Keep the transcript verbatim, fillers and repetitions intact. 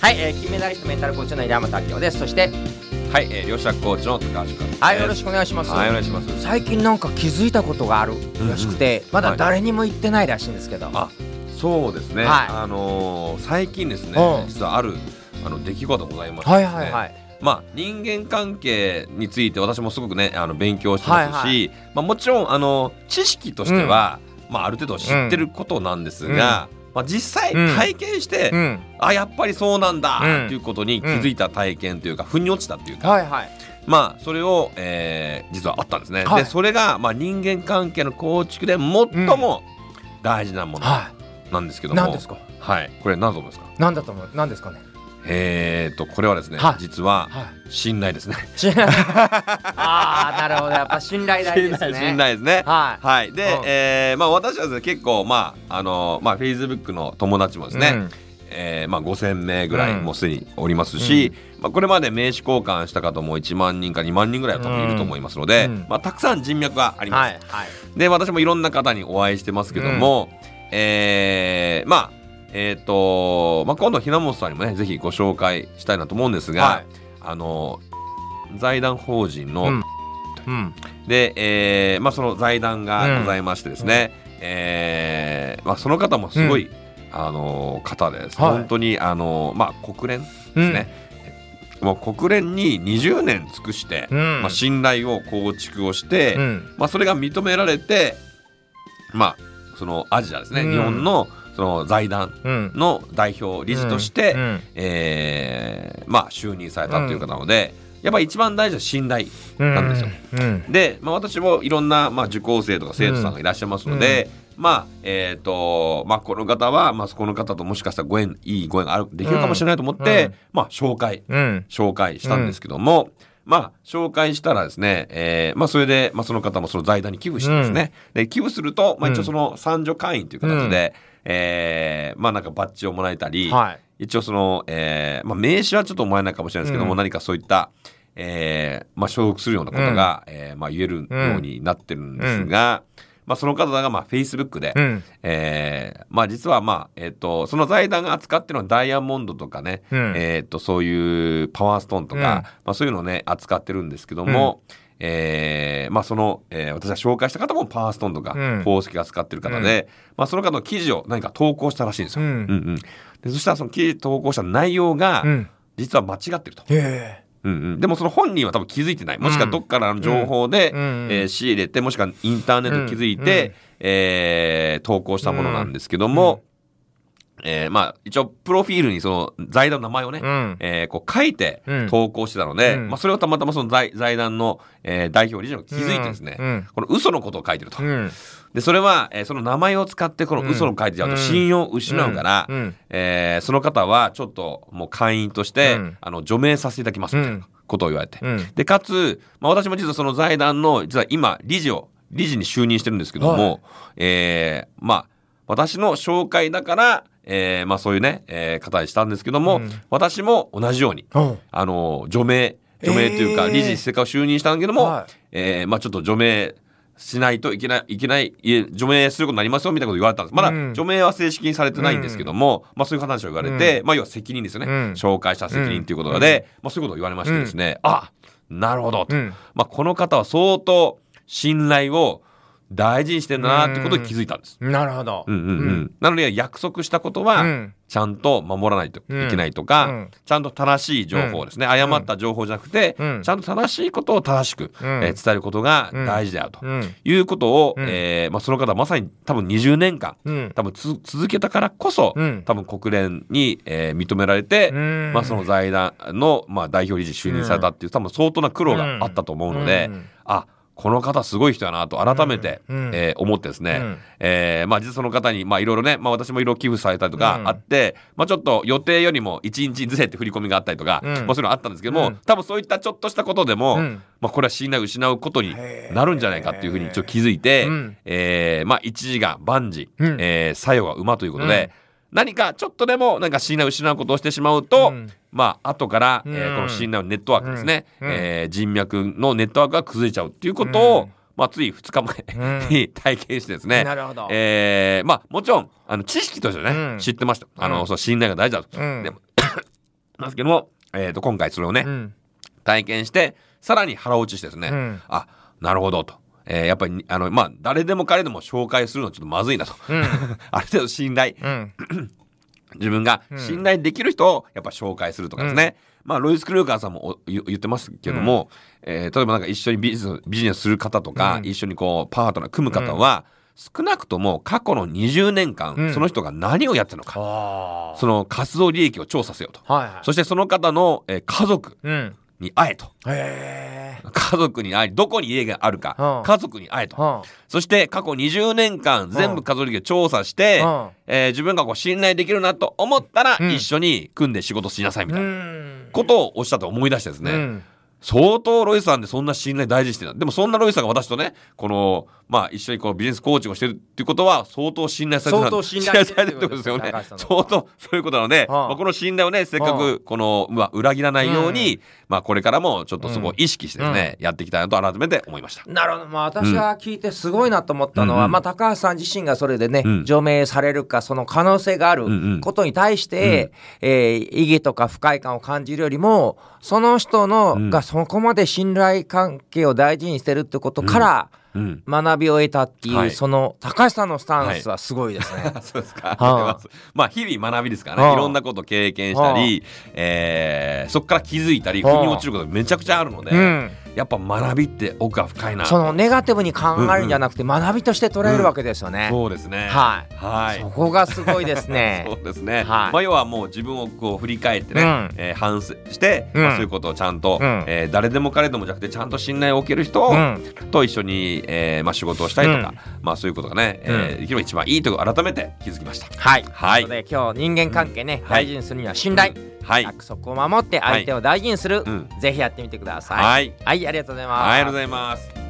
はい、えー、金メダリストメンタルコーチの稲本明夫です。そしてはい、えー、両者コーチの高橋君です。 はい、よろしくお願いします。 はい、お願いします。 最近なんか気づいたことがあるらしくて、うんうん、まだ誰にも言ってないらしいんですけど、 はい、あ、そうですね、はい、あのー、最近ですね、実はあるあの出来事ございましてですね、はいはいはい、まあ、人間関係について私もすごくねあの勉強してますし、はいはい、まあ、もちろんあの知識としては、うん、まあ、ある程度知ってることなんですが、うん、まあ、実際体験して、うん、あ、やっぱりそうなんだっていうことに気づいた体験というか、腑に落ちたっていうか、はいはい、まあそれを、えー、実はあったんですね、はい、でそれが、まあ、人間関係の構築で最も大事なものなんですけども、うん、はい、何ですか？はい、これ何だと思いますか？ 何だと思う？何ですかね？ えーとこれはですね、はい、実は信頼ですね。 信頼ああ、なるほど、やっぱ信頼大事ですね。 信頼ですね。はい、はい、で、うん、えー、まあ私はですね結構まああのまあ Facebook の友達もですね、うん、えー、まあごせんめいぐらいもうすでにおりますし、うん、まあ、これまで名刺交換した方もいちまんにんかにまんにんぐらいは多分いると思いますので、うん、まあ、たくさん人脈があります、はいはい、で私もいろんな方にお会いしてますけども、うん、えー、まあえーとまあ、今度ひなもとさんにもねぜひご紹介したいなと思うんですが、はい、あの財団法人の、うんうん、で、えーまあ、その財団がございましてですね、うん、えーまあ、その方もすごい、うん、あの方です、はい、本当にあの、まあ、国連ですね、うん、もう国連ににじゅうねん尽くして、うん、まあ、信頼を構築をして、うん、まあ、それが認められて、まあ、そのアジアですね、うん、日本のその財団の代表理事として、うんうん、えーまあ、就任されたという方なので、うん、やっぱり一番大事な信頼なんですよ、うんうん、で、まあ、私もいろんな、まあ、受講生とか生徒さんがいらっしゃいますので、うん、まあえーとまあ、この方は、まあ、この方ともしかしたらご縁いいご縁があるできるかもしれないと思って、うんまあ、紹介、うん、紹介したんですけども、うんまあ、紹介したらですね、えーまあ、それで、まあ、その方もその財団に寄付してですね、うん、で寄付すると、まあ、一応その賛助会員という形で、うんえー、まあなんかバッジをもらえたり、はい、一応その、えーまあ、名刺はちょっともらえないかもしれないですけども、うん、何かそういった、えーまあ、所属するようなことが、うんえーまあ、言えるようになってるんですが、うんまあ、その方がまあ Facebook で、うんえーまあ、実は、まあえー、とその財団が扱ってるのはダイヤモンドとかね、うんえー、とそういうパワーストーンとか、うんまあ、そういうのをね扱ってるんですけども、うんえーまあそのえー、私が紹介した方もパワーストーンとか宝石が使ってる方で、うんまあ、その方の記事を何か投稿したらしいんですよ、うんうんうん、でそしたらその記事投稿した内容が実は間違ってると、うんうんうん、でもその本人は多分気づいてない、もしくはどっからの情報で、うんえー、仕入れて、もしくはインターネット気づいて、うんえー、投稿したものなんですけども、うんえーまあ、一応プロフィールにその財団の名前をね、うんえー、こう書いて投稿してたので、うんまあ、それをたまたまその 財, 財団の、えー、代表理事が気づいてですね、うん、この嘘のことを書いてると、うん、でそれは、えー、その名前を使ってこの嘘の書いてちゃうと信用を失うから、うんえー、その方はちょっともう会員として、うん、あの除名させていただきますみたいなことを言われて、うん、でかつ、まあ、私も実はその財団の実は今理事を理事に就任してるんですけども、はいえー、まあ私の紹介だからえーまあ、そういうね、えー、方にしたんですけども、うん、私も同じように、うん、あの除名除名というか、えー、理事せっかく就任したんだけども、はいえーまあ、ちょっと除名しないといけないいけない除名することになりますよみたいなこと言われたんです。まだ除名は正式にされてないんですけども、うんまあ、そういう話を言われて、うんまあ、要は責任ですよね、うん、紹介した責任ということで、うんまあ、そういうことを言われましてですね、うん、あなるほどと、うんまあ、この方は相当信頼を大事にしてるなってことに気づいたんです。 なるほど、 うんうんうんうん、なので約束したことはちゃんと守らないといけないとか、うん、ちゃんと正しい情報ですね、うん、誤った情報じゃなくて、うん、ちゃんと正しいことを正しく、うんえー、伝えることが大事だよと、うん、いうことを、うんえーまあ、その方はまさに多分にじゅうねんかん、うん、多分つ続けたからこそ、うん、多分国連に、えー、認められて、うんまあ、その財団の、まあ、代表理事就任されたっていう多分相当な苦労があったと思うので、うん、あこの方すごい人やなと改めて、うんえー、思ってですね、うんえーまあ、実はその方にいろいろね、まあ、私もいろいろ寄付されたりとかあって、うんまあ、ちょっと予定よりもいちにちずれって振り込みがあったりとか、うんまあ、そういうのあったんですけども、うん、多分そういったちょっとしたことでも、うんまあ、これは信頼を失うことになるんじゃないかっていうふうにちょっと気づいて、うんえーまあ、一時が万事、うんえー、作用が馬ということで、うん何かちょっとでもなんか信頼を失うことをしてしまうと、うん、まあ後から、うんえー、この信頼のネットワークですね、うんえー、人脈のネットワークが崩れちゃうっていうことを、うんまあ、ついふつかまえに体験してですね、 なるほど、 えーまあ、もちろんあの知識としてね、うん、知ってました。あの、うん、そう信頼が大事だと、うん、でもますけども、えー、と今回それをね、うん、体験してさらに腹落ちしてですね、うん、あ、なるほどと、えー、やっぱりあの、まあ、誰でも彼でも紹介するのはちょっとまずいなと、うん、ある程度信頼、うん、自分が信頼できる人をやっぱ紹介するとかですね、うん、まあ、ロイス・クルーカーさんも言ってますけども、うん、えー、例えばなんか一緒にビジネス、ビジネスする方とか、うん、一緒にこうパートナー組む方は、少なくとも過去のにじゅうねんかん、うん、その人が何をやってるのか、その活動利益を調査せよと、はいはい、そしてその方の、えー、家族に会えと、うん、へー、家族に会え、どこに家があるか、うん、家族に会えと、うん、そして過去にじゅうねんかん全部活動利益を調査して、うん、えー、自分がこう信頼できるなと思ったら、うん、一緒に組んで仕事しなさいみたいなことをおっしゃって思い出してですね、うん、相当ロイさんでそんな信頼大事にしてる。でもそんなロイさんが私とね、このまあ一緒にこのビジネスコーチをしてるっていうことは相当信頼されてる、相当信頼されてるってことですよね。相当そういうことなので、はあ、まあ、この信頼をね、せっかくこの、まあ、裏切らないように、うん、まあこれからもちょっとそこを意識してですね、うん、やっていきたいなと改めて思いました。 なるほど。まあ私は聞いてすごいなと思ったのは、うん、まあ高橋さん自身がそれでね、うん、除名されるかその可能性があることに対して、うん、えー、意義とか不快感を感じるよりも、その人の、うん、がそこまで信頼関係を大事にしてるってことから、うん、学びを得たっていう、はい、その高橋さんのスタンスはすごいですね。 はい、そうですか。はあ、まあ日々学びですからね、はあ、いろんなことを経験したり、はあ、えー、そこから気づいたり、腑に落ちることがめちゃくちゃあるので、うん、やっぱ学びって奥が深いな。 そのネガティブに考えるんじゃなくて、うんうん、学びとして捉えるわけですよね。 うん、そうですね。 はい。 はい。 そこがすごいですね。 そうですね。はい。まあ要はもう自分をこう振り返ってね、うん、えー、反省して、うん、まあ、そういうことをちゃんと、うん、えー、誰でも彼でもじゃなくてちゃんと信頼を置ける人を、うん、と一緒に、えー、まあ仕事をしたりとか、うん、まあそういうことがね、えー、できれば一番いいと改めて気づきました。 はい。はい。ということで今日人間関係ね、うん、大事にするには信頼、はい、約束を守って相手を大事にする、はい、ぜひやってみてください。はい、はい、ありがとうございます。 はい、ありがとうございます。